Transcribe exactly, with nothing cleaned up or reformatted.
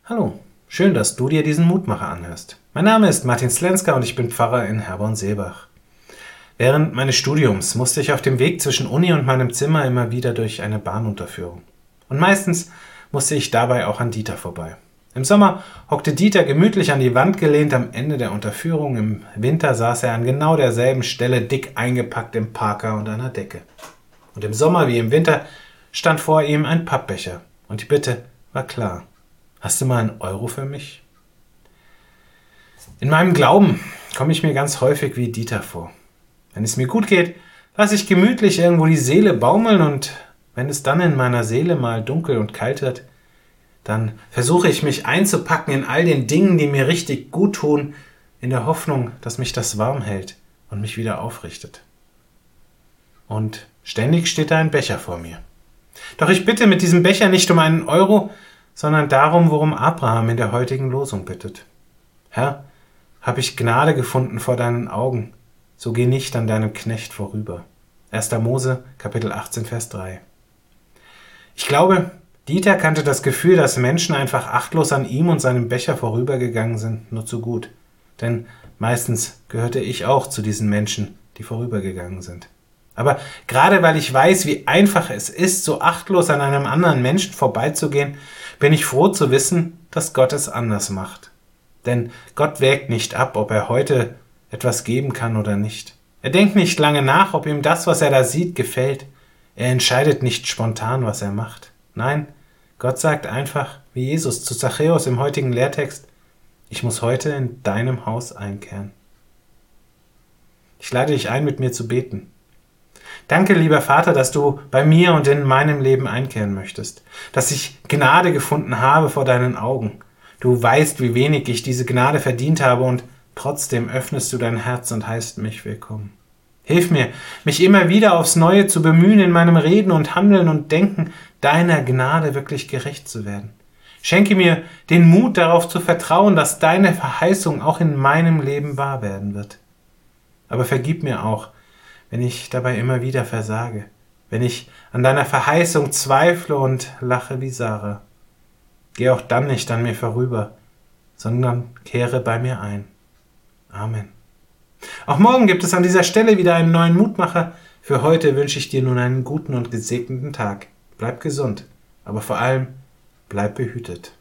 Hallo, schön, dass du dir diesen Mutmacher anhörst. Mein Name ist Martin Slenska und ich bin Pfarrer in Herborn-Seebach. Während meines Studiums musste ich auf dem Weg zwischen Uni und meinem Zimmer immer wieder durch eine Bahnunterführung. Und meistens musste ich dabei auch an Dieter vorbei. Im Sommer hockte Dieter gemütlich an die Wand gelehnt am Ende der Unterführung. Im Winter saß er an genau derselben Stelle dick eingepackt im Parker und einer Decke. Und im Sommer wie im Winter stand vor ihm ein Pappbecher. Und die Bitte war klar. Hast du mal einen Euro für mich? In meinem Glauben komme ich mir ganz häufig wie Dieter vor. Wenn es mir gut geht, lasse ich gemütlich irgendwo die Seele baumeln und wenn es dann in meiner Seele mal dunkel und kalt wird, dann versuche ich mich einzupacken in all den Dingen, die mir richtig gut tun, in der Hoffnung, dass mich das warm hält und mich wieder aufrichtet. Und ständig steht da ein Becher vor mir. Doch ich bitte mit diesem Becher nicht um einen Euro, sondern darum, worum Abraham in der heutigen Losung bittet. Herr, habe ich Gnade gefunden vor deinen Augen, so geh nicht an deinem Knecht vorüber. erster Mose, Kapitel achtzehn, Vers drei. Ich glaube, Dieter kannte das Gefühl, dass Menschen einfach achtlos an ihm und seinem Becher vorübergegangen sind, nur zu gut. Denn meistens gehörte ich auch zu diesen Menschen, die vorübergegangen sind. Aber gerade weil ich weiß, wie einfach es ist, so achtlos an einem anderen Menschen vorbeizugehen, bin ich froh zu wissen, dass Gott es anders macht. Denn Gott wägt nicht ab, ob er heute etwas geben kann oder nicht. Er denkt nicht lange nach, ob ihm das, was er da sieht, gefällt. Er entscheidet nicht spontan, was er macht. Nein, Gott sagt einfach, wie Jesus zu Zachäus im heutigen Lehrtext, ich muss heute in deinem Haus einkehren. Ich lade dich ein, mit mir zu beten. Danke, lieber Vater, dass du bei mir und in meinem Leben einkehren möchtest, dass ich Gnade gefunden habe vor deinen Augen. Du weißt, wie wenig ich diese Gnade verdient habe und trotzdem öffnest du dein Herz und heißt mich willkommen. Hilf mir, mich immer wieder aufs Neue zu bemühen, in meinem Reden und Handeln und Denken deiner Gnade wirklich gerecht zu werden. Schenke mir den Mut, darauf zu vertrauen, dass deine Verheißung auch in meinem Leben wahr werden wird. Aber vergib mir auch, wenn ich dabei immer wieder versage, wenn ich an deiner Verheißung zweifle und lache wie Sarah. Geh auch dann nicht an mir vorüber, sondern kehre bei mir ein. Amen. Auch morgen gibt es an dieser Stelle wieder einen neuen Mutmacher. Für heute wünsche ich dir nun einen guten und gesegneten Tag. Bleib gesund, aber vor allem bleib behütet.